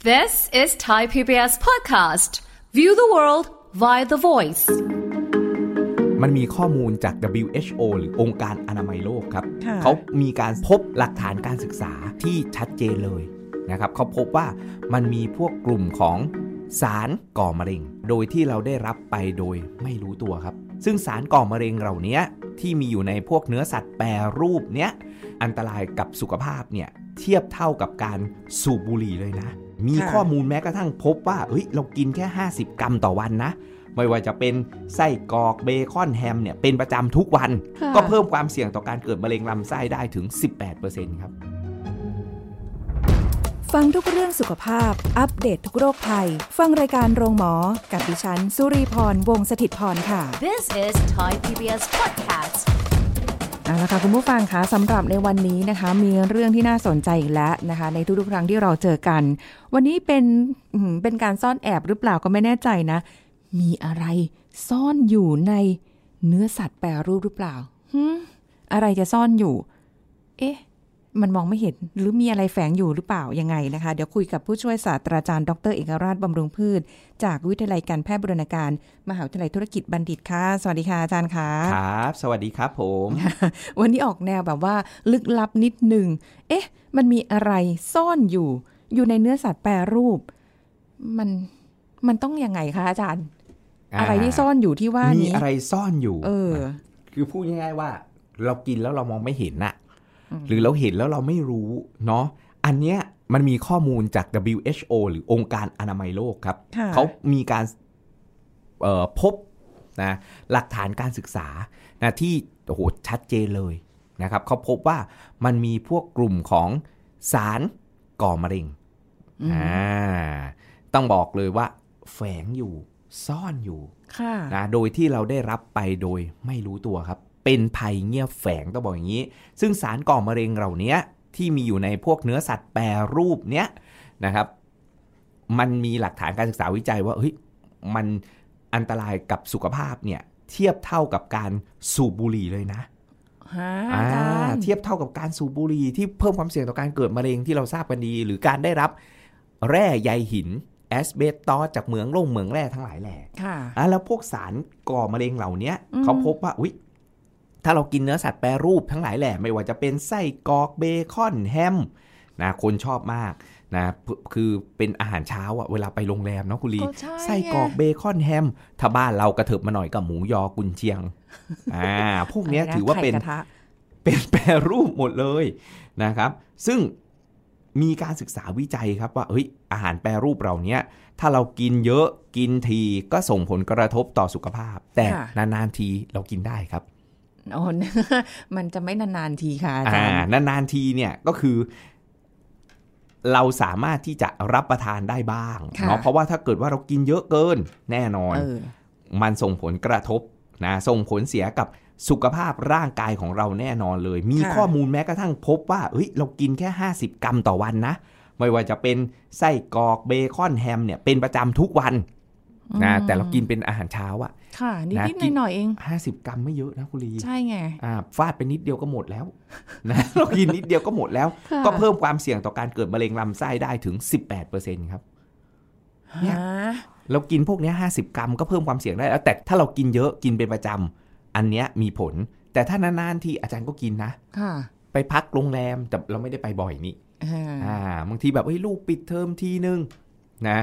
This is Thai PBS podcast. View the world via the voice. มันมีข้อมูลจาก WHO หรือองค์การอนามัยโลกครับเขามีการพบหลักฐานการศึกษาที่ชัดเจนเลยนะครับเขาพบว่ามันมีพวกกลุ่มของสารก่อมะเร็งโดยที่เราได้รับไปโดยไม่รู้ตัวครับซึ่งสารก่อมะเร็งเหล่านี้ที่มีอยู่ในพวกเนื้อสัตว์แปรรูปเนี้ยอันตรายกับสุขภาพเนี่ยเทียบเท่ากับการสูบบุหรี่เลยนะมีข้อมูลแม้กระทั่งพบว่าเรากินแค่50กรัมต่อวันนะไม่ว่าจะเป็นไส้กรอกเบคอนแฮมเนี่ยเป็นประจำทุกวันก็เพิ่มความเสี่ยงต่อการเกิดมะเร็งลำไส้ได้ถึง 18% ครับฟังทุกเรื่องสุขภาพอัปเดต ทุกโรคภัยฟังรายการโรงหมอกับดิฉันสุรีพรวงศ์สถิตพรค่ะ This is Thai PBS podcast. เอาละค่ะคุณผู้ฟังคะสำหรับในวันนี้นะคะมีเรื่องที่น่าสนใจอีกแล้วนะคะในทุกๆครั้งที่เราเจอกันวันนี้เป็นการซ่อนแอบหรือเปล่าก็ไม่แน่ใจนะมีอะไรซ่อนอยู่ในเนื้อสัตว์แปรรูปหรือเปล่าอะไรจะซ่อนอยู่มันมองไม่เห็นหรือมีอะไรแฝงอยู่หรือเปล่ายังไงนะคะเดี๋ยวคุยกับผู้ช่วยศาสตราจารย์ดร.เอกราชบำรุงพืชจากวิทยาลัยการแพทย์บูรณาการมหาวิทยาลัยธุรกิจบัณฑิตค่ะสวัสดีค่ะอาจารย์ค่ะครับสวัสดีครับผมวันนี้ออกแนวแบบว่าลึกลับนิดหนึ่งมันมีอะไรซ่อนอยู่ในเนื้อสัตว์แปรรูปมันต้องยังไงคะอาจารย์อะไรที่ซ่อนอยู่ที่ว่านี้มีอะไรซ่อนอยู่คือพูดง่ายๆว่าเรากินแล้วเรามองไม่เห็นน่ะหรือเราเห็นแล้วเราไม่รู้เนาะอันเนี้ยมันมีข้อมูลจาก WHO หรือองค์การอนามัยโลกครับเขามีการพบนะหลักฐานการศึกษานะที่ชัดเจนเลยนะครับเขาพบว่ามันมีพวกกลุ่มของสารก่อมะเร็งต้องบอกเลยว่าแฝงอยู่ซ่อนอยู่นะโดยที่เราได้รับไปโดยไม่รู้ตัวครับเป็นภัยเงียบแฝงต้องบอกอย่างนี้ซึ่งสารก่อมะเร็งเหล่านี้ที่มีอยู่ในพวกเนื้อสัตว์แปรรูปเนี้ยนะครับมันมีหลักฐานการศึกษาวิจัยว่ามันอันตรายกับสุขภาพเนี่ยเทียบเท่ากับการสูบบุหรี่เลยนะเทียบเท่ากับการสูบบุหรี่ที่เพิ่มความเสี่ยงต่อการเกิดมะเร็งที่เราทราบกันดีหรือการได้รับแร่ใยหินแอสเบสตอสจากเหมืองแร่ทั้งหลายแหล่แล้วพวกสารก่อมะเร็งเหล่านี้เขาพบว่าถ้าเรากินเนื้อสัตว์แปรรูปทั้งหลายแหล่ไม่ว่าจะเป็นไส้กรอกเบคอนแฮมนะคนชอบมากนะคือเป็นอาหารเช้าเวลาไปโรงแรมเนาะคุณลีไส้กรอกเบคอนแฮมถ้าบ้านเรากระเถิบมาหน่อยกับหมูยอกุนเชียงพวกนี้ถือว่าเป็นแปรรูปหมดเลยนะครับซึ่งมีการศึกษาวิจัยครับว่าอาหารแปรรูปเราเนี้ยถ้าเรากินเยอะกินทีก็ส่งผลกระทบต่อสุขภาพแต่นานๆทีเรากินได้ครับมันจะไม่นานๆทีค่ะอาจารย์นานๆทีเนี่ยก็คือเราสามารถที่จะรับประทานได้บ้างเนาะเพราะว่าถ้าเกิดว่าเรากินเยอะเกินแน่นอนมันส่งผลกระทบนะส่งผลเสียกับสุขภาพร่างกายของเราแน่นอนเลยมีข้อมูลแม้กระทั่งพบว่าเรากินแค่50กรัมต่อวันนะไม่ว่าจะเป็นไส้กรอกเบคอนแฮมเนี่ยเป็นประจำทุกวันนะแต่เรากินเป็นอาหารเช้าค่ะนิดๆหน่อยๆเอง 50กรัมไม่เยอะนะคุณลีใช่ไงฟาดไปนิดเดียวก็หมดแล้วนะเรากินนิดเดียวก็หมดแล้วก็เพิ่มความเสี่ยงต่อการเกิดมะเร็งลำไส้ได้ถึง 18% ครับเนี่ยเรากินพวกนี้50กรัมก็เพิ่มความเสี่ยงได้แล้วแต่ถ้าเรากินเยอะกินเป็นประจำอันเนี้ยมีผลแต่ถ้านานๆทีอาจารย์ก็กินนะไปพักโรงแรมแต่เราไม่ได้ไปบ่อยนี่บางทีแบบลูกปิดเทอมทีนึงนะ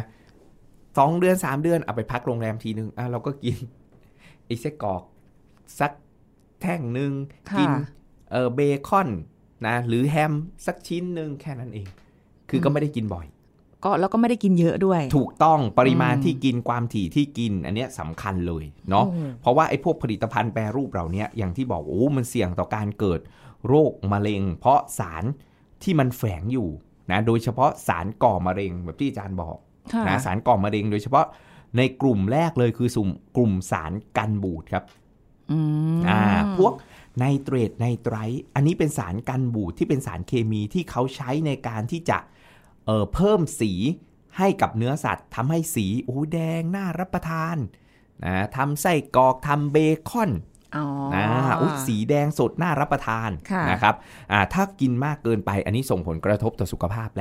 2 เดือน3 เดือนเอาไปพักโรงแรมทีนึงเราก็กินไอ้ไส้กรอกสักแท่งนึงกินเบคอนนะหรือแฮมสักชิ้นนึงแค่นั้นเองคือก็ไม่ได้กินบ่อยแล้วก็ไม่ได้กินเยอะด้วยถูกต้องปริมาณที่กินความถี่ที่กินอันเนี้ยสำคัญเลยเนาะเพราะว่าไอ้พวกผลิตภัณฑ์แปรรูปเหล่านี้อย่างที่บอกมันเสี่ยงต่อการเกิดโรคมะเร็งเพราะสารที่มันแฝงอยู่นะโดยเฉพาะสารก่อมะเร็งแบบที่อาจารย์บอกนะสารก่อมะเร็งโดยเฉพาะในกลุ่มแรกเลยคือกลุ่มสารกันบูดครับพวกไนเตรตไนไตรท์อันนี้เป็นสารกันบูดที่เป็นสารเคมีที่เขาใช้ในการที่จะเพิ่มสีให้กับเนื้อสัตว์ทำให้สีแดงน่ารับประทานนะทำไส้กรอกทำเบคอนสีแดงสดน่ารับประทานนะครับถ้ากินมากเกินไปอันนี้ส่งผลกระทบต่อสุขภาพและ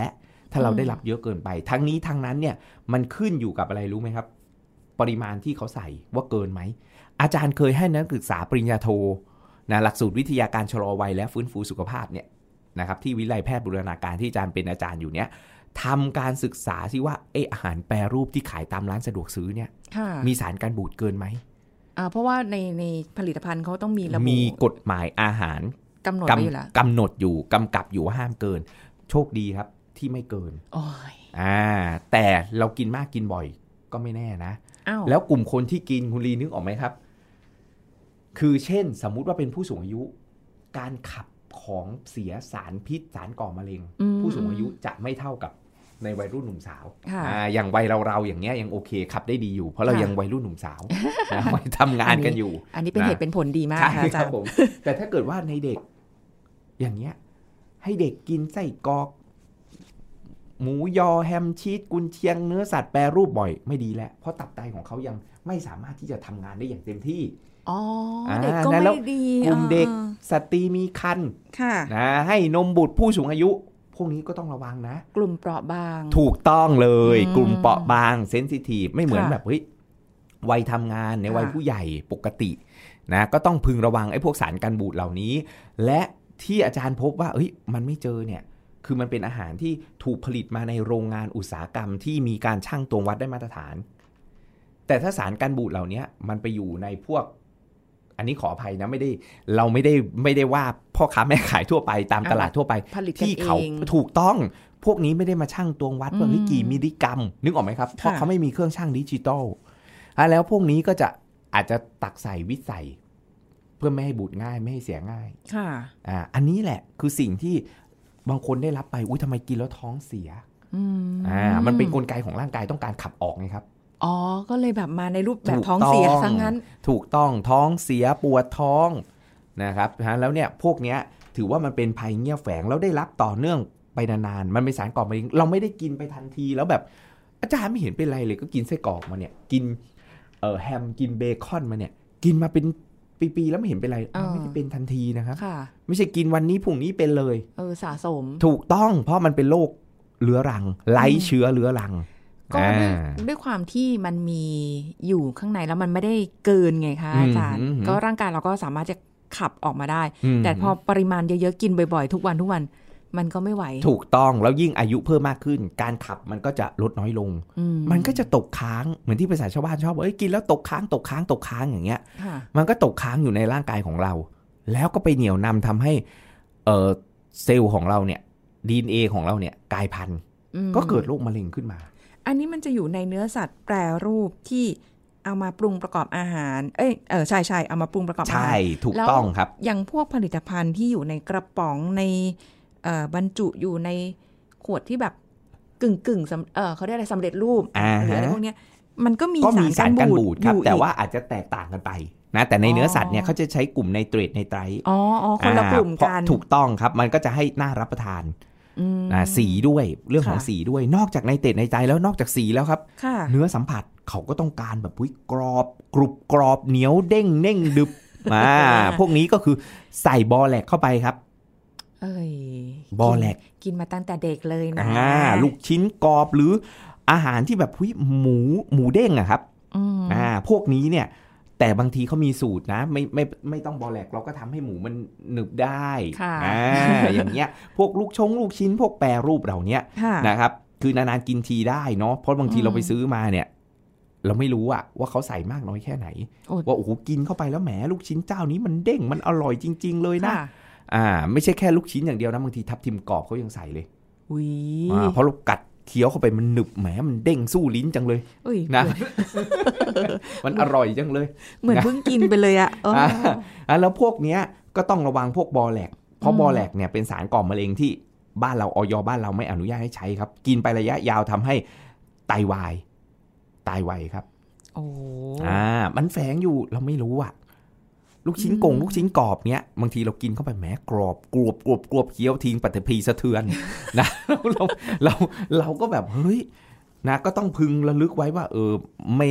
ถ้าเราได้รับเยอะเกินไปทั้งนี้ทั้งนั้นเนี่ยมันขึ้นอยู่กับอะไรรู้ไหมครับปริมาณที่เขาใส่ว่าเกินไหมอาจารย์เคยให้นักศึกษาปริญญาโทนะหลักสูตรวิทยาการชะลอวัยและฟื้นฟูสุขภาพเนี่ยนะครับที่วิทยาลัยแพทย์บูรณาการที่อาจารย์เป็นอาจารย์อยู่เนี่ยทำการศึกษาซิว่าอาหารแปรรูปที่ขายตามร้านสะดวกซื้อเนี่ยมีสารกันบูดเกินไหมเพราะว่าในผลิตภัณฑ์เขาต้องมีระบุมีกฎหมายอาหารกำหนดไว้อยู่แล้วกำหนดอยู่กำกับอยู่ว่าห้ามเกินโชคดีครับที่ไม่เกินแต่เรากินมากกินบ่อยก็ไม่แน่นะแล้วกลุ่มคนที่กินคุณลีนึกออกไหมครับคือเช่นสมมุติว่าเป็นผู้สูงอายุการขับของเสียสารพิษสารก่อมะเร็งผู้สูงอายุจะไม่เท่ากับในวัยรุ่นหนุ่มสาวอย่างวัยเราอย่างเงี้ยยังโอเคขับได้ดีอยู่เพราะเรายังวัยรุ่นหนุ่มสาววัยทำงานกันอยู่อันนี้เป็นเหตุเป็นผลดีมากค่ะอาจารย์แต่ถ้าเกิดว่าในเด็กอย่างเงี้ยให้เด็กกินไส้กรอกหมูยอแฮมชีสกุนเชียงเนื้อสัตว์แปรรูปบ่อยไม่ดีแล้วเพราะตับไตของเขายังไม่สามารถที่จะทำงานได้อย่างเต็มที่เด็กก็ไม่ดีกลุ่มเด็กสตรีมีครรภ์นะให้นมบุตรผู้สูงอายุพวกนี้ก็ต้องระวังนะกลุ่มเปราะบางถูกต้องเลยกลุ่มเปราะบางเซนซิทีฟไม่เหมือนแบบเฮ้ยวัยทำงานในวัยผู้ใหญ่ปกตินะก็ต้องพึงระวังไอ้พวกสารกันบูดเหล่านี้และที่อาจารย์พบว่ามันไม่เจอเนี่ยคือมันเป็นอาหารที่ถูกผลิตมาในโรงงานอุตสาหกรรมที่มีการชั่งตวงวัดได้มาตรฐานแต่ถ้าสารกันบูดเหล่านี้มันไปอยู่ในพวกอันนี้ขออภัยนะเราไม่ได้ว่าพ่อค้าแม่ขายทั่วไปตามตลาดทั่วไปที่เขาถูกต้องพวกนี้ไม่ได้มาชั่งตวงวัดว่ากี่มิลลิกรัมนึกออกไหมครับเพราะเขาไม่มีเครื่องชั่งดิจิตอลแล้วพวกนี้ก็จะอาจจะตักใส่วิทย์ใส่เพื่อไม่ให้บูดง่ายไม่ให้เสียง่ายอันนี้แหละคือสิ่งที่บางคนได้รับไปทำไมกินแล้วท้องเสียมันเป็นกลไกของร่างกายต้องการขับออกไงครับก็เลยแบบมาในรูปแบบท้องเสียซะงั้นถูกต้องท้องเสียปวดท้องนะครับแล้วเนี่ยพวกเนี้ยถือว่ามันเป็นภัยเงียบแฝงแล้วได้รับต่อเนื่องไปนานๆมันเป็นสารก่อมะเร็งเราไม่ได้กินไปทันทีแล้วแบบอาจารย์ไม่เห็นเป็นไรเลยก็กินไส้กรอกมาเนี่ยกินแฮมกินเบคอนมาเนี่ยกินมาเป็นปีๆแล้วไม่เห็นเป็นไรไม่ได้เป็นทันทีนะครับไม่ใช่กินวันนี้พรุ่งนี้เป็นเลยสะสมถูกต้องเพราะมันเป็นโรคเรื้อรังไร้เชื้อเรื้อรังก็ด้วยความที่มันมีอยู่ข้างในแล้วมันไม่ได้เกินไงคะอาจารย์ก็ร่างกายเราก็สามารถจะขับออกมาได้แต่พอปริมาณเยอะๆกินบ่อยๆทุกวันมันก็ไม่ไหวถูกต้องแล้วยิ่งอายุเพิ่มมากขึ้นการขับมันก็จะลดน้อยลงมันก็จะตกค้างเหมือนที่ภาษาชาวบ้านชอบกินแล้วตกค้างอย่างเงี้ยมันก็ตกค้างอยู่ในร่างกายของเราแล้วก็ไปเหนี่ยวนำทำให้เซลล์ของเราเนี่ย DNA ของเราเนี่ยกลายพันธุ์ก็เกิดโรคมะเร็งขึ้นมาอันนี้มันจะอยู่ในเนื้อสัตว์แปรรูปที่เอามาปรุงประกอบอาหารใช่เอามาปรุงประกอบอาหารใช่ถูกต้องครับอย่างพวกผลิตภัณฑ์ที่อยู่ในกระป๋องในบรรจุอยู่ในขวดที่แบบกึ่งเขาเรียกอะไรสำเร็จรูปหรืออะไรพวกนี้มันก็มีสารกันบูดครับแต่ว่าอาจจะแตกต่างกันไปนะแต่ในเนื้อสัตว์เนี่ยเขาจะใช้กลุ่มไนเตรตไนไตรท์คนละกลุ่มกันถูกต้องครับมันก็จะให้น่ารับประทานสีด้วยเรื่องของสีด้วยนอกจากไนเตรตไนไตรท์แล้วนอกจากสีแล้วครับเนื้อสัมผัสเขาก็ต้องการแบบกรอบกรุบกรอบเหนียวเด้งเน่งดึบพวกนี้ก็คือใส่บอแลกเข้าไปครับบอแลกกินมาตั้งแต่เด็กเลยนะลูกชิ้นกรอบหรืออาหารที่แบบหมูเด้งอะครับพวกนี้เนี่ยแต่บางทีเขามีสูตรนะไม่ต้องบอแลกเราก็ทำให้หมูมันหนึบได้อย่างเงี้ยพวกลูกชิ้นพวกแปรรูปเราเนี้ยนะครับคือนานๆกินทีได้เนาะเพราะบางทีเราไปซื้อมาเนี่ยเราไม่รู้อะว่าเขาใส่มากน้อยแค่ไหนว่าโอ้โหกินเข้าไปแล้วแหมลูกชิ้นเจ้านี้มันเด้งมันอร่อยจริงๆเลยนะไม่ใช่แค่ลูกชิ้นอย่างเดียวนะบางทีทับทิมกรอบเขายังใส่เลยเพราะเรากัดเคี้ยวเข้าไปมันหนึบแหมมันเด้งสู้ลิ้นจังเลยนะ มันอร่อยจังเลยเหมือนเพิ่งกินไปเลยอะแล้วพวกเนี้ยก็ต้องระวังพวกบอแลกเพราะบอแลกเนี่ยเป็นสารก่อมะเร็งที่บ้านเราอย.บ้านเราไม่อนุญาตให้ใช้ครับกินไประยะยาวทำให้ไตวายตายไวครับมันแฝงอยู่เราไม่รู้อะลูกชิ้นลูกชิ้นกรอบเนี้ยบางทีเรากินเข้าไปแหมกรอบกรอบเคี้ยวทิ้งปัตตภีสะเทือนนะเราก็แบบเฮ้ยนะก็ต้องพึงระลึกไว้ว่า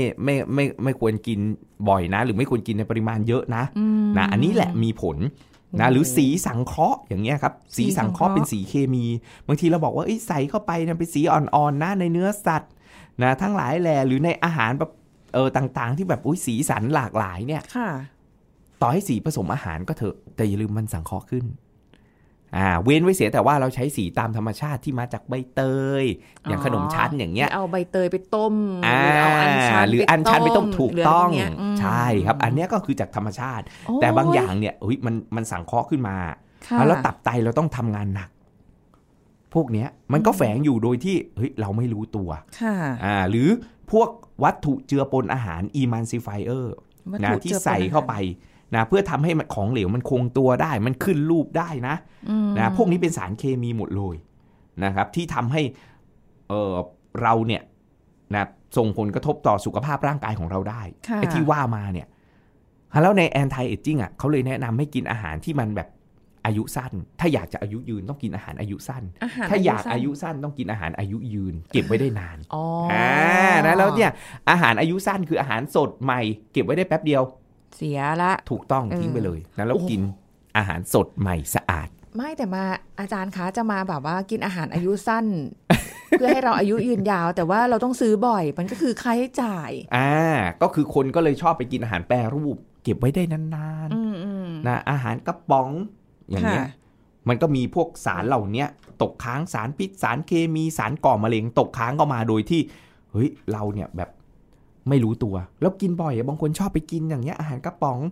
ไม่ควรกินบ่อยนะหรือไม่ควรกินในปริมาณเยอะนะอันนี้แหละมีผลนะหรือสีสังเคราะห์อย่างเงี้ยครับสีสังเคราะห์เป็นสีเคมีบางทีเราบอกว่าใส่เข้าไปนะเป็นสีอ่อนๆนะในเนื้อสัตว์นะทั้งหลายแหล่หรือในอาหารแบบต่างๆที่แบบสีสันหลากหลายเนี่ยต่อให้สีผสมอาหารก็เถอะแต่อย่าลืมมันสังเคราะห์ขึ้นเว้นไว้เสียแต่ว่าเราใช้สีตามธรรมชาติที่มาจากใบเตยอย่างขนมชั้นอย่างเงี้ยเอาใบเตยไปต้มหรือเอาอัญชันไปต้มถูกต้องใช่ครับอันนี้ก็คือจากธรรมชาติแต่บางอย่างเนี่ยมันสังเคราะห์ขึ้นมาแล้วตับไตเราต้องทำงานหนักพวกเนี้ยมันก็แฝงอยู่โดยที่เราไม่รู้ตัวหรือพวกวัตถุเจือปนอาหาร emulsifier นะที่ใส่เข้าไปนะเพื่อทำให้ของเหลวมันคงตัวได้มันขึ้นรูปได้นะพวกนี้เป็นสารเคมีหมดเลยนะครับที่ทำให้เราเนี่ยนะส่งผลกระทบต่อสุขภาพร่างกายของเราได้ไอ้ที่ว่ามาเนี่ยแล้วใน anti aging เขาเลยแนะนำให้กินอาหารที่มันแบบอายุสั้นถ้าอยากจะอายุยืนต้องกินอาหารอายุสั้นถ้าอยากอายุสั้นต้องกินอาหารอายุยืนเก็บไว้ได้นานนะแล้วเนี่ยอาหารอายุสั้นคืออาหารสดใหม่เก็บไว้ได้แป๊บเดียวเสียละถูกต้องทิ้งไปเลยนะแล้วกินอาหารสดใหม่สะอาดไม่แต่มาอาจารย์คะจะมาแบบว่ากินอาหารอายุสั้น เพื่อให้เราอายุยืนยาวแต่ว่าเราต้องซื้อบ่อยมันก็คือค่าใช้จ่ายก็คือคนก็เลยชอบไปกินอาหารแปรรูปเก็บไว้ได้นานๆนะอาหารกระป๋องอย่างเงี้ยมันก็มีพวกสารเหล่านี้ตกค้างสารพิษสารเคมีสารก่อมะเร็งตกค้างเข้ามาโดยที่เราเนี่ยแบบไม่รู้ตัวแล้วกินบ่อยบางคนชอบไปกินอย่างเงี้ยอาหารกระป๋อง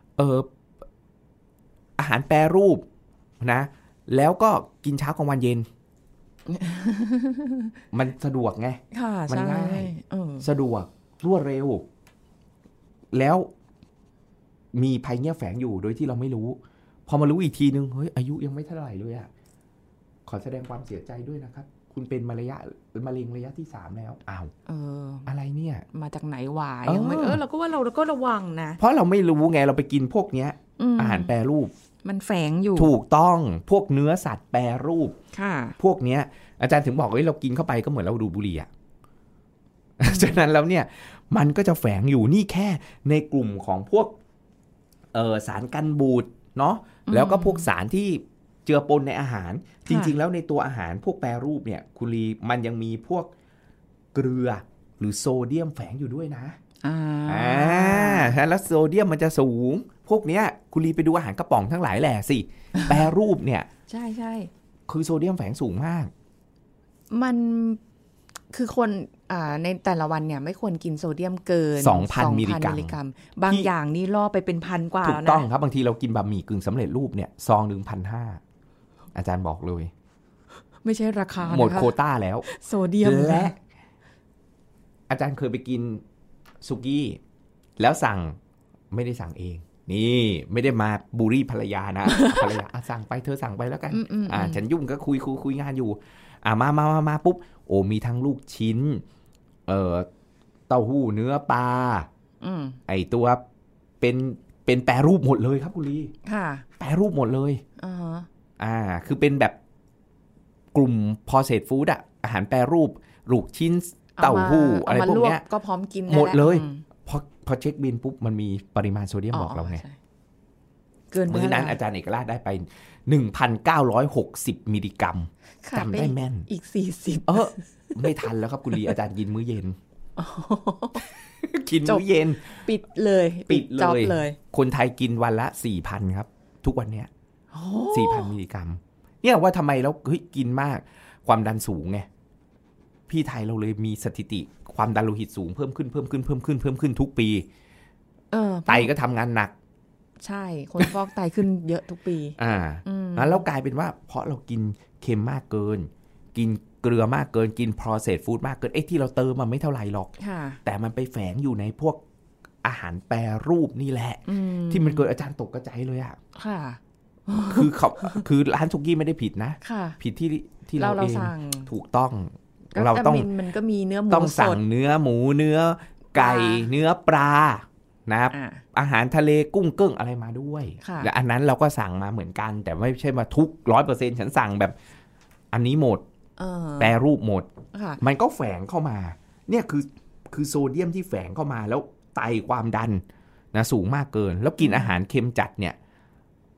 อาหารแปรรูปนะแล้วก็กินเช้ากลางวันเย็น มันสะดวกไงมันง่ายสะดวกรวดเร็วแล้วมีภัยเงียบแฝงอยู่โดยที่เราไม่รู้พอมารู้อีกทีนึงอายุยังไม่เท่าไหร่เลยขอแสดงความเสียใจด้วยนะครับคุณเป็นมะเร็งระยะที่3แล้วอะไรเนี่ยมาจากไหนวะยังไม่เราก็ว่าเราก็ระวังนะเพราะเราไม่รู้ไงเราไปกินพวกเนี้ยอาหารแปรรูปมันแฝงอยู่ถูกต้องพวกเนื้อสัตว์แปรรูปพวกเนี้ยอาจารย์ถึงบอกเรากินเข้าไปก็เหมือนเราดูดบุหรี่ฉะนั้นแล้วเนี่ยมันก็จะแฝงอยู่นี่แค่ในกลุ่มของพวกสารกันบูดเนาะแล้วก็พวกสารที่เจือปนในอาหารจริงๆแล้วในตัวอาหารพวกแปรรูปเนี่ยคุณลีมันยังมีพวกเกลือหรือโซเดียมแฝงอยู่ด้วยนะแล้วโซเดียมมันจะสูงพวกเนี้ยคุณลีไปดูอาหารกระป๋องทั้งหลายแหละสิแปรรูปเนี่ยใช่ใช่คือโซเดียมแฝงสูงมากมันคือคนในแต่ละวันเนี่ยไม่ควรกินโซเดียมเกิน 2,000 มิลลิกรัมบางอย่างนี่ล่อไปเป็นพันกว่าแล้วนะถูกต้องครับบางทีเรากินบะหมี่กึ่งสำเร็จรูปเนี่ยซองนึง 1,500 อาจารย์บอกเลยไม่ใช่ราคาหมดโควต้าแล้วโซเดียมและอาจารย์เคยไปกินสุกี้แล้วสั่งไม่ได้สั่งเองนี่ไม่ได้มาบูรี่ภรรยานะภรรยาสั่งไปเธอสั่งไปแล้วกันฉันยุ่งก็คุยงานอยู่มาปุ๊บมีทั้งลูกชิ้นเต้าหู้เนื้อปลาไอตัวเป็นแปรรูปหมดเลยครับคุณลีค่ะแปรรูปหมดเลยคือเป็นแบบกลุ่ม processed food อาหารแปรรูปลูกชิ้นเต้าหู้อะไรพวกเนี้ยก็พร้อมกินหมดเลยพอเช็คบิลปุ๊บมันมีปริมาณโซเดียมบอกเราไงมื้อนั้นอาจารย์เอกราชได้ไป 1,960 มิลลิกรัมจำได้แม่นอีก40 ไม่ทันแล้วครับคุณลีอาจารย์กินมื้อเย็นกินมื้อเย็นปิดเลยคนไทยกินวันละ 4,000 ครับทุกวันเนี้ย 4,000 มิลลิกรัมเนี่ยว่าทำไมแล้วกินมากความดันสูงไงพี่ไทยเราเลยมีสถิติความดันโลหิตสูงเพิ่มขึ้นทุกปีไตก็ทำงานหนักใช่คนฟอกไตขึ้นเยอะทุกปีแล้วกลายเป็นว่าเพราะเรากินเค็มมากเกินกินเกลือมากเกินกิน processed food มากเกินที่เราเติมมันไม่เท่าไหร่หรอกแต่มันไปแฝงอยู่ในพวกอาหารแปรรูปนี่แหละที่มันเกิดอาจารย์ตกกระจายเลยค่ะคือร้านสุกี้ไม่ได้ผิดนะผิดที่เราเองถูกต้องเราต้องมันก็มีเนื้อหมูต้องสั่งเนื้อหมูเนื้อไก่เนื้อปลานะครับอาหารทะเลกุ้งเกิ้งอะไรมาด้วยและอันนั้นเราก็สั่งมาเหมือนกันแต่ไม่ใช่มาทุก 100% ฉันสั่งแบบอันนี้หมดแปรรูปหมดมันก็แฝงเข้ามาเนี่ยคือโซเดียมที่แฝงเข้ามาแล้วไตความดันนะสูงมากเกินแล้วกินอาหารเค็มจัดเนี่ย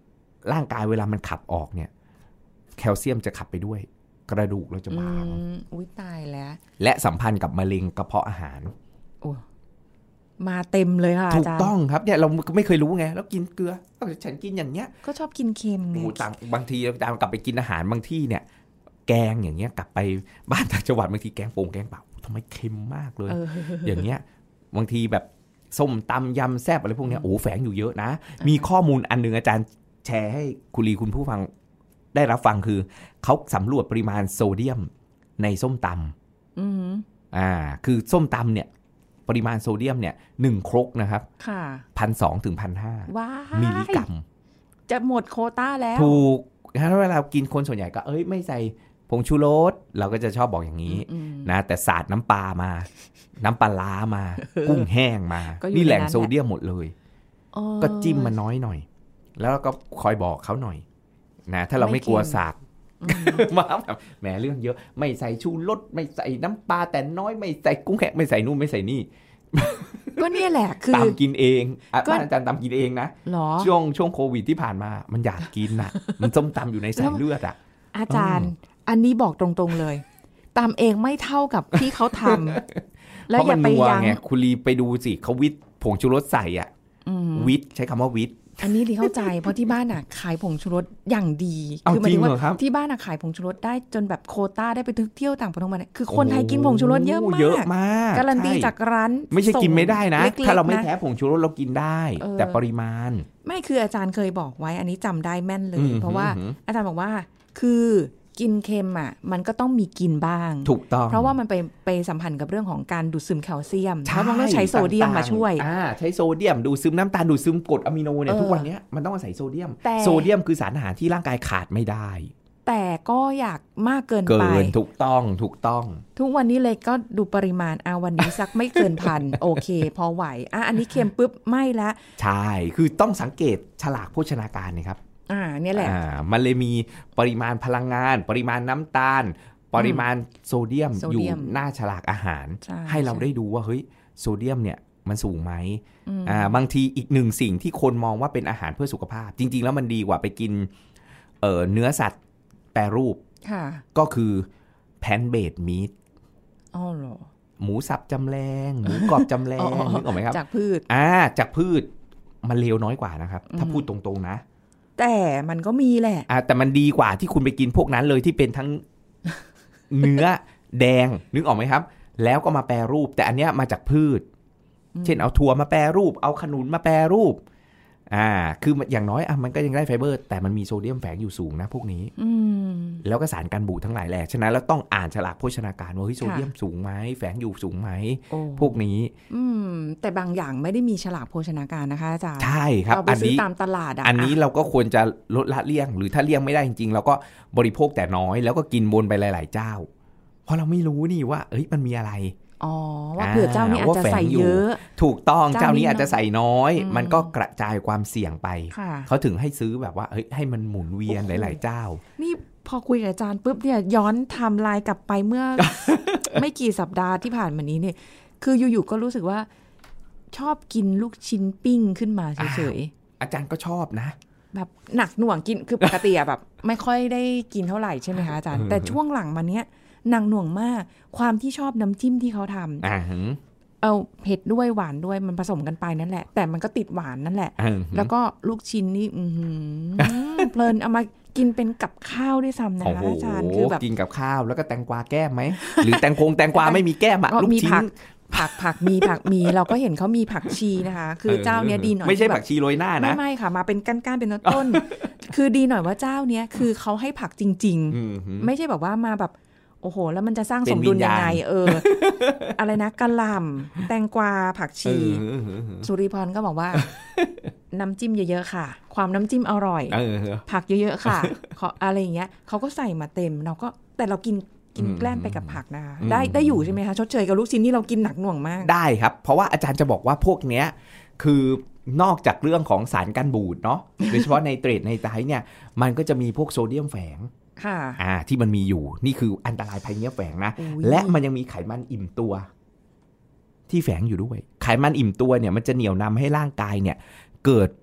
ร่างกายเวลามันขับออกเนี่ยแคลเซียมจะขับไปด้วยกระดูกเราจะบางอุ้ยตายแล้วและสัมพันธ์กับมะเร็งกระเพาะอาหารโอ้มาเต็มเลยค่ะถูกต้องครับเนี่ยเราไม่เคยรู้ไงแล้วกินเกลือฉันกินอย่างเงี้ยก็ชอบกินเค็มไงบางทีตามกลับไปกินอาหารบางที่เนี่ยแกงอย่างเงี้ยกลับไปบ้านต่างจังหวัดบางทีแกงโป่งแกงเปล่าทำไมเค็มมากเลย อย่างเงี้ยบางทีแบบส้มตำยำแซ่บอะไรพวกเนี้ยโอ้แฝงอยู่เยอะนะมีข้อมูลอันนึงอาจารย์แชร์ให้คุณลีคุณผู้ฟังได้รับฟังคือเขาสำรวจปริมาณโซเดียมในส้มตำคือส้มตำเนี่ยปริมาณโซเดียมเนี่ย1 ครกนะครับ 1,200 ถึง 1,500 มิลลิกรัมจะหมดโควต้าแล้วถูกถ้าเวลากินคนส่วนใหญ่ก็ไม่ใส่ผงชูรสเราก็จะชอบบอกอย่างนี้นะแต่สาดน้ำปลามาน้ำปลาล้ามากุ้งแห้งมานี่แหล่งโซเดียมหมดเลยก็จิ้มมาน้อยหน่อยแล้วก็คอยบอกเขาหน่อยนะถ้าเราไม่กลัวสากมาแบบแหมเรื่องเยอะไม่ใส่ชูรสไม่ใส่น้ำปลาแต่น้อยไม่ใส่กุ้งแห้งไม่ใส่นู่นไม่ใส่นี่ก็เนี่ยแหละคือตามกินเองบ้านอาจารย์ตามกินเองนะช่วงโควิดที่ผ่านมามันอยากกินน่ะมันส้มตำอยู่ในสายเลือดอ่ะอาจารย์อันนี้บอกตรงๆเลยตามเองไม่เท่ากับที่เขาทำแล้วอย่าไปยั้งคุณลีไปดูสิเขาวิทผงชูรสใส่อ่ะวิทใช้คำว่าวิทอันนี้ลีเข้าใจเพราะที่บ้านอ่ะขายผงชูรสอย่างดีคือหมายถึงว่าที่บ้านอ่ะขายผงชูรสได้จนแบบโควต้าได้ไปเที่ยวต่างประเทศมาเนี่ยคือคนไทยกินผงชูรสเยอะมากการันตีจากร้านไม่ใช่กินไม่ได้นะถ้าเราไม่แพ้ผงชูรสเรากินได้แต่ปริมาณไม่คืออาจารย์เคยบอกไว้อันนี้จำได้แม่นเลยเพราะว่าอาจารย์บอกว่าคือกินเค็มอ่ะมันก็ต้องมีกินบ้างถูกต้องเพราะว่ามันไปสัมพันธ์กับเรื่องของการดูดซึมแคลเซียมเพราะมันต้องใช้โซเดียมมาช่วยใช้โซเดียมดูดซึมน้ำตาลดูดซึมกรดอะมิโนเนี่ยทุกวันนี้มันต้องอาศัยโซเดียมโซเดียมคือสารอาหารที่ร่างกายขาดไม่ได้แต่ก็อยากมากเกินไปถูกต้องทุกวันนี้เลยก็ดูปริมาณวันนี้สักไม่เกินพันโอเคพอไหวอันนี้เค็มปุ๊บไม่ละใช่คือต้องสังเกตฉลากโภชนาการนะครับเนี่ยแหละมันเลยมีปริมาณพลังงานปริมาณน้ำตาลปริมาณโซเดียมอยู่หน้าฉลากอาหารให้เราได้ดูว่าเฮ้ยโซเดียมเนี่ยมันสูงไหมบางทีอีกหนึ่งสิ่งที่คนมองว่าเป็นอาหารเพื่อสุขภาพจริงๆแล้วมันดีกว่าไปกินเนื้อสัตว์แปรรูปก็คือแพลนท์เบสมีทหมูสับจำแรงหมูกรอบจำแรงนึกออกไหมครับจากพืชจากพืชมันเลวน้อยกว่านะครับถ้าพูดตรงๆนะแต่มันก็มีแหละแต่มันดีกว่าที่คุณไปกินพวกนั้นเลยที่เป็นทั้ง เนื้อแดงนึกออกไหมครับแล้วก็มาแปรรูปแต่อันเนี้ยมาจากพืชเช่นเอาถั่วมาแปรรูปเอาขนุนมาแปรรูปคืออย่างน้อยมันก็ยังได้ไฟเบอร์แต่มันมีโซเดียมแฝงอยู่สูงนะพวกนี้แล้วก็สารกันบูดทั้งหลายแหละฉะนั้นเราต้องอ่านฉลากโภชนาการว่าเฮ้ยโซเดียมสูงไหมแฝงอยู่สูงไหมพวกนี้แต่บางอย่างไม่ได้มีฉลากโภชนาการนะคะอาจารย์ใช่ครับอันนี้ตามตลาดอันนี้เราก็ควรจะลดละเลี่ยงหรือถ้าเลี่ยงไม่ได้จริงๆเราก็บริโภคแต่น้อยแล้วก็กินบนไปหลายๆเจ้าเพราะเราไม่รู้นี่ว่ามันมีอะไรว่าเผื่อเจ้านี้อาจจะใส่เยอะถูกต้องเจ้านี้อาจจะใส่น้อยมันก็กระจายความเสี่ยงไปเขาถึงให้ซื้อแบบว่าให้มันหมุนเวียนหลายๆเจ้านี่พอคุยกับอาจารย์ปุ๊บเนี่ยย้อนไทม์ไลน์กลับไปเมื่อ ไม่กี่สัปดาห์ที่ผ่านมานี้เนี่ยคืออยู่ๆก็รู้สึกว่าชอบกินลูกชิ้นปิ้งขึ้นมาเฉยๆอาจารย์ก็ชอบนะแบบหนักหน่วงกินคือปกติแบบไม่ค่อยได้กินเท่าไหร่ใช่ไหมคะอาจารย์แต่ช่วงหลังมาเนี้ยหนักหน่วงมากความที่ชอบน้ำจิ้มที่เขาทำเอาเผ็ดด้วยหวานด้วยมันผสมกันไปนั่นแหละแต่มันก็ติดหวานนั่นแหละแล้วก็ลูกชิ้นนี่เพลินเอามากินเป็นกับข้าวด้วยซ้ำนะคะอาจารย์คือแบบกินกับข้าวแล้วก็แตงกวาแก้มไหมหรือแตงกวาไม่มีแก้มอะลูกชิ้นผักมีเราก็เห็นเขามีผักชีนะคะคือเจ้าเนี้ยดีหน่อยไม่ใช่ผักชีโรยหน้านะไม่ค่ะมาเป็นก้านๆเป็นต้นคือดีหน่อยว่าเจ้าเนี้ยคือเขาให้ผักจริงๆไม่ใช่แบบว่ามาแบบโอ้โหแล้วมันจะสร้างสมดุลยังไงอะไรนะกะหล่ำแตงกวาผักชีสุริพรก็บอกว่าน้ำจิ้มเยอะๆค่ะความน้ำจิ้มอร่อยผักเยอะๆค่ะอะไรอย่างเงี้ยเขาก็ใส่มาเต็มเราก็แต่เรากินแกล้มไปกับผักนะคะได้อยู่ใช่ไหมคะชดเชยกับลูกชิ้นนี่เรากินหนักหน่วงมากได้ครับเพราะว่าอาจารย์จะบอกว่าพวกเนี้ยคือนอกจากเรื่องของสารกันบูดเนาะโดยเฉพาะไนเตรตไนไตรท์เนี่ยมันก็จะมีพวกโซเดียมแฝงที่มันมีอยู่นี่คืออันตรายภัยเงี้ยแฝงนะและมันยังมีไขมันอิ่มตัวที่แฝงอยู่ด้วยไขมันอิ่มตัวเนี่ยมันจะเหนี่ยวนำให้ร่างกายเนี่ยเกิด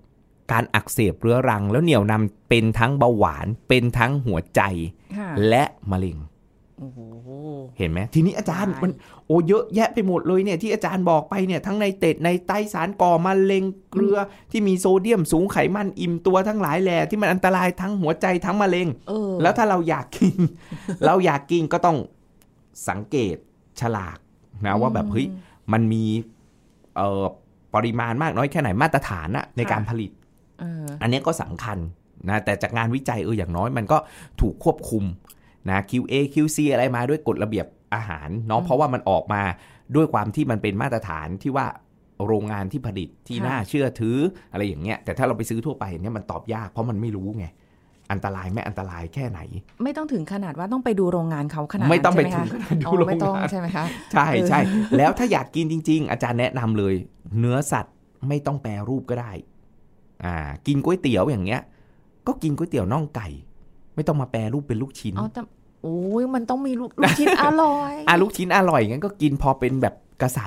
การอักเสบเรื้อรังแล้วเหนี่ยวนำเป็นทั้งเบาหวานเป็นทั้งหัวใจและมะเร็งเห็นไหมทีนี้อาจารย์มันเยอะแยะไปหมดเลยเนี่ยที่อาจารย์บอกไปเนี่ยทั้งในเตดในไตสารก่อมะเร็งเกลือที่มีโซเดียมสูงไขมันอิ่มตัวทั้งหลายแหล่ที่มันอันตรายทั้งหัวใจทั้งมะเร็งแล้วถ้าเราอยากกิน เราอยากกินก็ต้องสังเกตฉลากนะว่าแบบเฮ้ยมันมีปริมาณมากน้อยแค่ไหนมาตรฐานในการผลิตอันนี้ก็สำคัญนะแต่จากงานวิจัยอย่างน้อยมันก็ถูกควบคุมนะ QA QC อะไรมาด้วยกฎระเบียบอาหารเนาะเพราะว่ามันออกมาด้วยความที่มันเป็นมาตรฐานที่ว่าโรงงานที่ผลิตที่น่าเชื่อถืออะไรอย่างเงี้ยแต่ถ้าเราไปซื้อทั่วไปเนี่ยมันตอบยากเพราะมันไม่รู้ไงอันตรายไม่อันตรายแค่ไหนไม่ต้องถึงขนาดว่าต้องไปดูโรงงานเขาขนาดไม่ต้องไปถึงดูโรงงานใช่ไหมคะใช่ใช่แล้วถ้าอยากกินจริงๆอาจารย์แนะนำเลยเนื้อสัตว์ไม่ต้องแปรรูปก็ได้กินก๋วยเตี๋ยวอย่างเงี้ยก็กินก๋วยเตี๋ยวน่องไก่ไม่ต้องมาแปรรูปเป็นลูกชิ้นโอ้ยมันต้องมีลูกชิ้นอร่อยลูกชิ้นอร่อยงั้นก็กินพอเป็นแบบกระใส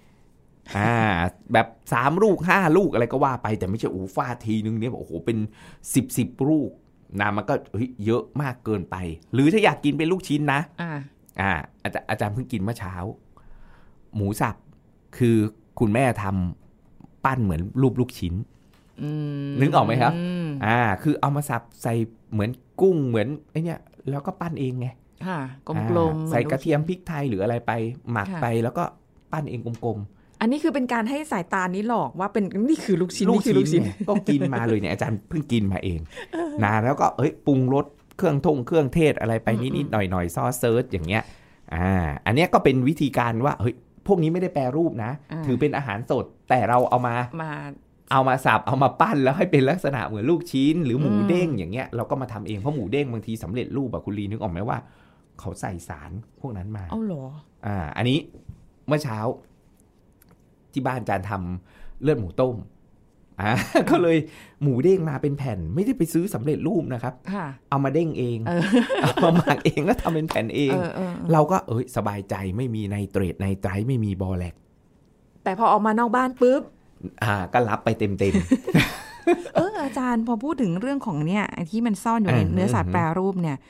แบบ3ลูก5ลูกอะไรก็ว่าไปแต่ไม่ใช่ฟาดทีนึงเนี่ยโอ้โหเป็น10ลูกนะมันก็เยอะมากเกินไปหรือถ้าอยากกินเป็นลูกชิ้นนะอาจารย์เพิ่งกินเมื่อเช้าหมูสับคือคุณแม่ทำปั้นเหมือนรูปลูกชิ้นนึกออกไหมครับคือเอามาสับใส่เหมือนกุ้งเหมือนไอ้นี่แล้วก็ปั้นเองไงกลมๆใส่กระเทียมพริกไทยหรืออะไรไปหมักไปแล้วก็ปั้นเองกลมๆอันนี้คือเป็นการให้สายตานี้หลอกว่าเป็นนี่คือลูกชิ้นก็กินมาเลยเนี่ยอาจารย์เพิ่งกินมาเองนะแล้วก็ปรุงรสเครื่องเทศอะไรไปนิดๆหน่อยๆซอสเซิร์ชอย่างเงี้ยอันนี้ก็เป็นวิธีการว่าเฮ้ยพวกนี้ไม่ได้แปรรูปนะถือเป็นอาหารสดแต่เราเอามาสับเอามาปั้นแล้วให้เป็นลักษณะเหมือนลูกชิ้นหรือหมูเด้งอย่างเงี้ยเราก็มาทำเองเพราะหมูเด้งบางทีสำเร็จรูปคุณลีนึกออกไหมว่าเขาใส่สารพวกนั้นมาเหรออันนี้เมื่อเช้าที่บ้านจานทำเลือดหมูต้มก็เลยหมูเด้งมาเป็นแผ่นไม่ได้ไปซื้อสำเร็จรูปนะครับเอามาเด้งเองเอามาหมักเองแล้วทำเป็นแผ่นเองเราก็สบายใจไม่มีไนเตรตไนไตรไม่มีบอแลกแต่พอออกมานอกบ้านปุ๊บก็รับไปเต็มอาจารย์พอพูดถึงเรื่องของเนี่ยที่มันซ่อนอยู่ในเนื้อสัตว์แปรรูปเนี่ย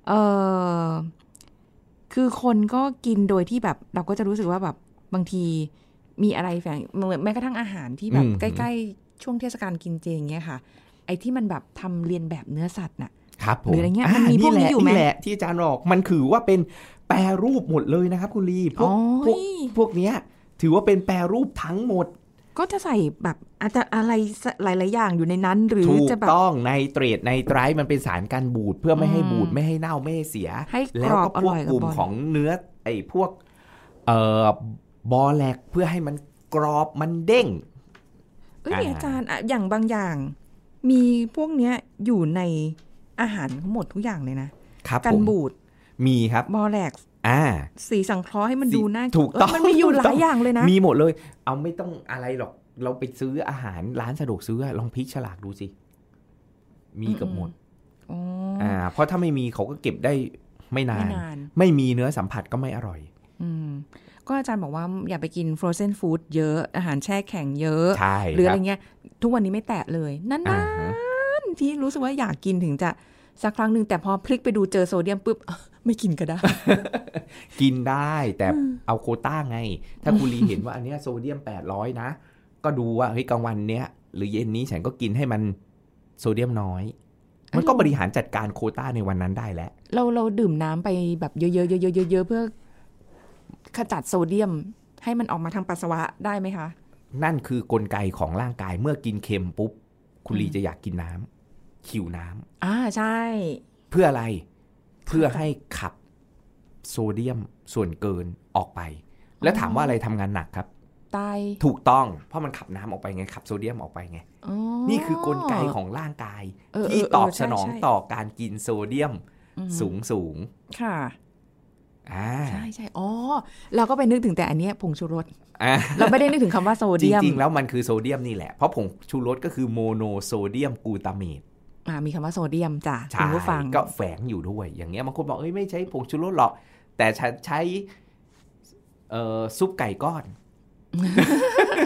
คือคนก็กินโดยที่แบบเราก็จะรู้สึกว่าแบบบางทีมีอะไรแฝงแม้กระทั่งอาหารที่แบบใกล้ๆช่วงเทศกาลกินเจอย่างเงี้ยค่ะไอ้ที่มันแบบทำเรียนแบบเนื้อสัตว์น่ะหรืออะไรเงี้ยมันมีพวกนี้อยู่ไหมนี่แหละที่อาจารย์บอกมันคือว่าเป็นแปรรูปหมดเลยนะครับคุณลีพวกเนี้ยถือว่าเป็นแปรรูปทั้งหมดก็จะใส่แบบอาจจะอะไรหลายๆอย่างอยู่ในนั้นหรือจะแบบถูกต้องไนเตรตไนไตรมันเป็นสารกันบูดเพื่อไม่ให้บูดไม่ให้เน่าไม่ให้เสียแล้วก็พวกกลุ่มของเนื้อพวกบอแลกเพื่อให้มันกรอบมันเด้งอาจารย์อย่างบางอย่างมีพวกเนี้ยอยู่ในอาหารทั้งหมดทุกอย่างเลยนะกันบูดมีครับบอแลกสีสังเคราะห์ให้มันดูน่าถูกต้องมันมีอยู่หลายอย่างเลยนะมีหมดเลยเอาไม่ต้องอะไรหรอกเราไปซื้ออาหารร้านสะดวกซื้อลองพลิกฉลากดูสิมีกับหมดเพราะถ้าไม่มีเขาก็เก็บได้ไม่นานไม่มีเนื้อสัมผัสก็ไม่อร่อยก็อาจารย์บอกว่าอย่าไปกิน frozen food เยอะอาหารแช่แข็งเยอะหรืออะไรเงี้ยทุกวันนี้ไม่แตะเลยนั่นๆที่รู้สึกว่าอยากกินถึงจะสักครั้งหนึ่งแต่พอพลิกไปดูเจอโซเดียมปุ๊บไม่กินก็ได้กินได้แต่เอาโควต้าไงถ้าคุณลีเห็นว่าอันเนี้ยโซเดียม800นะก็ดูว่าเฮ้ยกลางวันเนี้ยหรือเย็นนี้ฉันก็กินให้มันโซเดียมน้อยมันก็บริหารจัดการโควต้าในวันนั้นได้แล้วเราดื่มน้ำไปแบบเยอะๆๆๆเพื่อขจัดโซเดียมให้มันออกมาทางปัสสาวะได้ไหมคะนั่นคือกลไกของร่างกายเมื่อกินเค็มปุ๊บคุณลีจะอยากกินน้ำหิวน้ำใช่เพื่ออะไรเพื่อให้ขับโซเดียมส่วนเกินออกไปแล้วถามว่าอะไรทำงานหนักครับไตถูกต้องเพราะมันขับน้ำออกไปไงขับโซเดียมออกไปไงนี่คือกลไกของร่างกายที่ตอบสนองต่อการกินโซเดียมสูงค่ะใช่เราก็ไปนึกถึงแต่อันนี้ผงชูรสเราไม่ได้นึกถึงคำว่าโซเดียมจริงๆแล้วมันคือโซเดียมนี่แหละเพราะผงชูรสก็คือโมโนโซเดียมกลูตาเมตมีคำว่าโซเดียมจ้ะคุณผู้ฟังก็แฝงอยู่ด้วยอย่างเงี้ยบางคนบอกไม่ใช้ผงชูรสหรอกแต่ใช้ซุปไก่ก้อน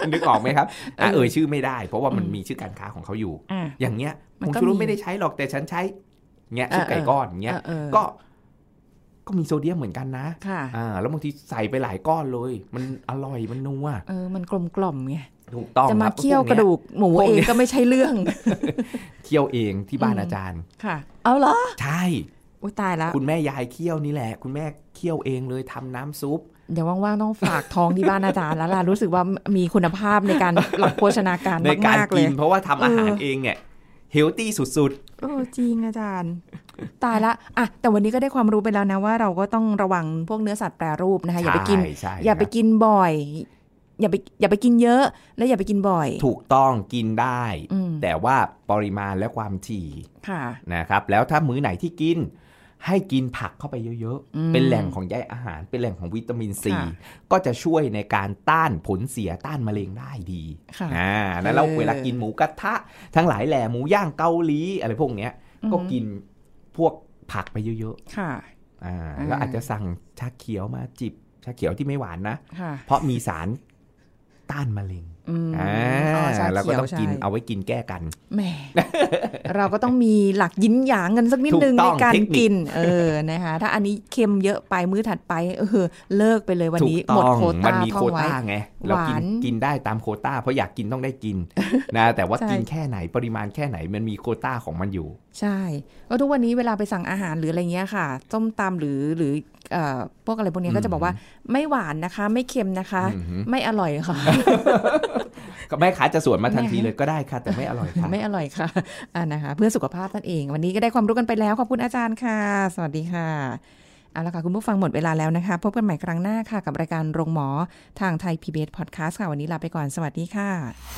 นึกออกไหมครับชื่อไม่ได้เพราะว่ามันมีชื่อการค้าของเขาอยู่อย่างเงี้ยผงชูรสไม่ได้ใช้หรอกแต่ฉันใช้เงี้ยซุปไก่ก้อนเงี้ยก็มีโซเดียมเหมือนกันนะแล้วบางทีใส่ไปหลายก้อนเลยมันอร่อยมันนัวมันกลมกล่อมไงถูกต้องจะมาเคี่ยวกระดูกหมูเองก็ไม่ใช่เรื่องเคี่ยวเองที่บ้านอาจารย์ค่ะเอาเหรอใช่อุ๊ยตายแล้วคุณแม่ยายเคี่ยวนี่แหละคุณแม่เคี่ยวเองเลยทำน้ำซุปเดี๋ยวว่างๆต้องฝากท้องที่บ้านอาจารย์แล้วล่ะรู้สึกว่ามีคุณภาพในการหลักโภชนาการมากๆเลยเพราะว่าทำอาหารเองเนี่ยเฮลตี้สุดๆจริงอาจารย์ตายละแต่วันนี้ก็ได้ความรู้ไปแล้วนะว่าเราก็ต้องระวังพวกเนื้อสัตว์แปรรูปนะคะอย่าไปกินบ่อยอย่าไปกินเยอะและอย่าไปกินบ่อยถูกต้องกินได้แต่ว่าปริมาณและความถี่นะครับแล้วถ้ามื้อไหนที่กินให้กินผักเข้าไปเยอะๆเป็นแหล่งของใยอาหารเป็นแหล่งของวิตามินซีก็จะช่วยในการต้านผลเสียต้านมะเร็งได้ดีแล้วเวลากินหมูกระทะทั้งหลายแหล่หมูย่างเกาหลีอะไรพวกเนี้ยก็กินพวกผักไปเยอะๆแล้วอาจจะสั่งชาเขียวมาจิบชาเขียวที่ไม่หวานนะเพราะมีสารต้านมะเร็งแล้วก็ต้องกินเอาไว้กินแก้กันแหม เราก็ต้องมีหลักยินหยางกันสักนิดนึงในการกินนะคะถ้าอันนี้ค็มเยอะไปมื้อถัดไปเลิกไปเลยวันนี้หมดโควต้ามันมีโควต้าไงเรากินได้ตามโควต้าเพราะอยากกินต้องได้กินนะแต่ว่ากินแค่ไหนปริมาณแค่ไหนมันมีโควต้าของมันอยู่ใช่ก็ทุกวันนี้เวลาไปสั่งอาหารหรืออะไรเงี้ยค่ะส้มตำหรือพวกอะไรพวกนี้ก็จะบอกว่าไม่หวานนะคะไม่เค็มนะคะไม่อร่อยค่ะก็แม่ค้าจะสวนมาทันทีเลยก็ได้ค่ะแต่ไม่อร่อยค่ะไม่อร่อยค่ะนะคะเพื่อสุขภาพนั่นเองวันนี้ก็ได้ความรู้กันไปแล้วขอบคุณอาจารย์ค่ะสวัสดีค่ะเอาละค่ะคุณผู้ฟังหมดเวลาแล้วนะคะพบกันใหม่ครั้งหน้าค่ะกับรายการโรงหมอทางไทย PBS Podcast ค่ะวันนี้ลาไปก่อนสวัสดีค่ะ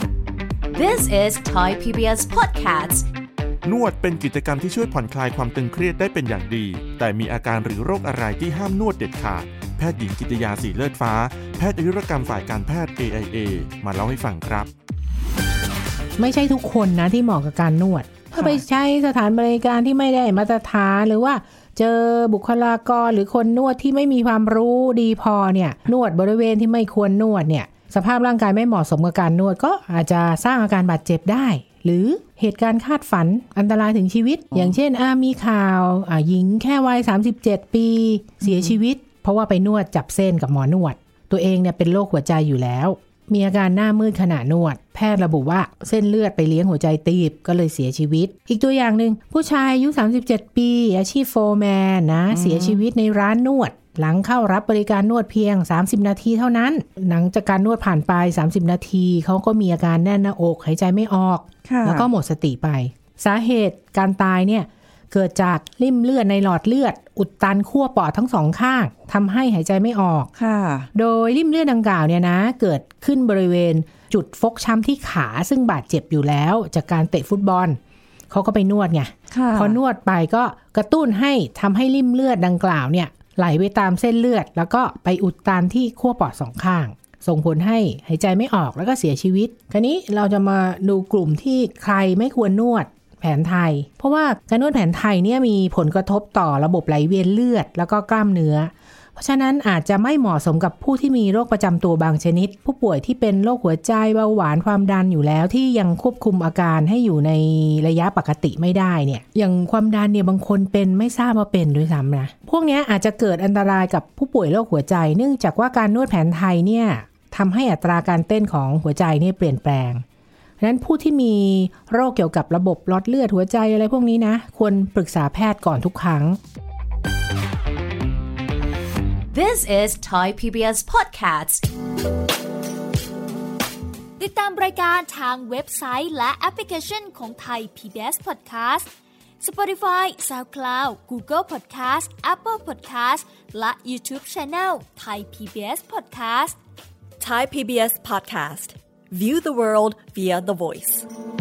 This is Thai PBS Podcast นวดเป็นกิจกรรมที่ช่วยผ่อนคลายความตึงเครียดได้เป็นอย่างดีแต่มีอาการหรือโรคอะไรที่ห้ามนวดเด็ดขาดแพทย์หญิงกิตยาสีเลือดฟ้าแพทย์อายุรกรรมฝ่ายการแพทย์ AIA มาเล่าให้ฟังครับไม่ใช่ทุกคนนะที่เหมาะกับการนวดถ้าไปใช้สถานบริการที่ไม่ได้มาตรฐานหรือว่าเจอบุคลากรหรือคนนวดที่ไม่มีความรู้ดีพอเนี่ยนวดบริเวณที่ไม่ควรนวดเนี่ยสภาพร่างกายไม่เหมาะสมกับการนวดก็อาจจะสร้างอาการบาดเจ็บได้หรือเหตุการณ์คาดฝันอันตรายถึงชีวิตอย่างเช่นมีข่าวหญิงแค่วัย37ปีเสียชีวิตเพราะว่าไปนวดจับเส้นกับหมอนวดตัวเองเนี่ยเป็นโรคหัวใจอยู่แล้วมีอาการหน้ามืดขณะนวดแพทย์ระบุว่าเส้นเลือดไปเลี้ยงหัวใจตีบก็เลยเสียชีวิตอีกตัวอย่างนึงผู้ชายอายุ37ปีอาชีพโฟร์แมนนะเสียชีวิตในร้านนวดหลังเข้ารับบริการนวดเพียง30นาทีเท่านั้นหลังจากการนวดผ่านไป30นาทีเขาก็มีอาการแน่นหน้าอกหายใจไม่ออกแล้วก็หมดสติไปสาเหตุการตายเนี่ยเกิดจากริ่มเลือดในหลอดเลือดอุดตันขั้วปอดทั้งสองข้างทำให้หายใจไม่ออกโดยริ่มเลือดดังกล่าวเนี่ยนะเกิดขึ้นบริเวณจุดฟกช้ำที่ขาซึ่งบาดเจ็บอยู่แล้วจากการเตะฟุตบอลเขาก็ไปนวดไงพอนวดไปก็กระตุ้นให้ทำให้ริ่มเลือดดังกล่าวเนี่ยไหลไปตามเส้นเลือดแล้วก็ไปอุดตันที่ขั้วปอดสองข้างส่งผลให้หายใจไม่ออกแล้วก็เสียชีวิตคราวนี้เราจะมาดูกลุ่มที่ใครไม่ควรนวดแผนไทยเพราะว่าการนวดแผนไทยเนี่ยมีผลกระทบต่อระบบไหลเวียนเลือดแล้วก็กล้ามเนื้อเพราะฉะนั้นอาจจะไม่เหมาะสมกับผู้ที่มีโรคประจำตัวบางชนิดผู้ป่วยที่เป็นโรคหัวใจเบาหวานความดันอยู่แล้วที่ยังควบคุมอาการให้อยู่ในระยะปกติไม่ได้เนี่ยอย่างความดันเนี่ยบางคนเป็นไม่ทราบว่าเป็นด้วยซ้ำนะพวกนี้อาจจะเกิดอันตรายกับผู้ป่วยโรคหัวใจเนื่องจากว่าการนวดแผนไทยเนี่ยทำให้อัตราการเต้นของหัวใจเนี่ยเปลี่ยนแปลงฉะนั้นผู้ที่มีโรคเกี่ยวกับระบบหลอดเลือดหัวใจอะไรพวกนี้นะควรปรึกษาแพทย์ก่อนทุกครั้ง This is Thai PBS Podcast ติดตามรายการทางเว็บไซต์และแอปพลิเคชันของ Thai PBS Podcast Spotify SoundCloud Google Podcast Apple Podcast และ YouTube Channel Thai PBS Podcast Thai PBS Podcast View the world via the voice